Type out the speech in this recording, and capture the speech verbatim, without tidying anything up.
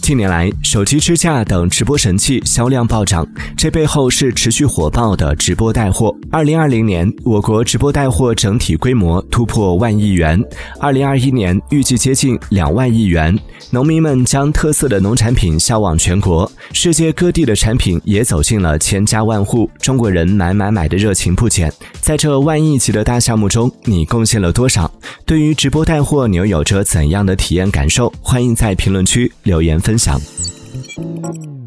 近年来，手机支架等直播神器销量暴涨，这背后是持续火爆的直播带货。二零二零年，我国直播带货整体规模突破万亿元，二零二一年预计接近两万亿元。农民们将特色的农产品销往全国，世界各地的产品也走进了千家万户，中国人买买买的热情不减。在这万亿级的大项目中，你贡献了多少？对于直播带货，你又有着怎样的体验感受？欢迎在评论区留言分享。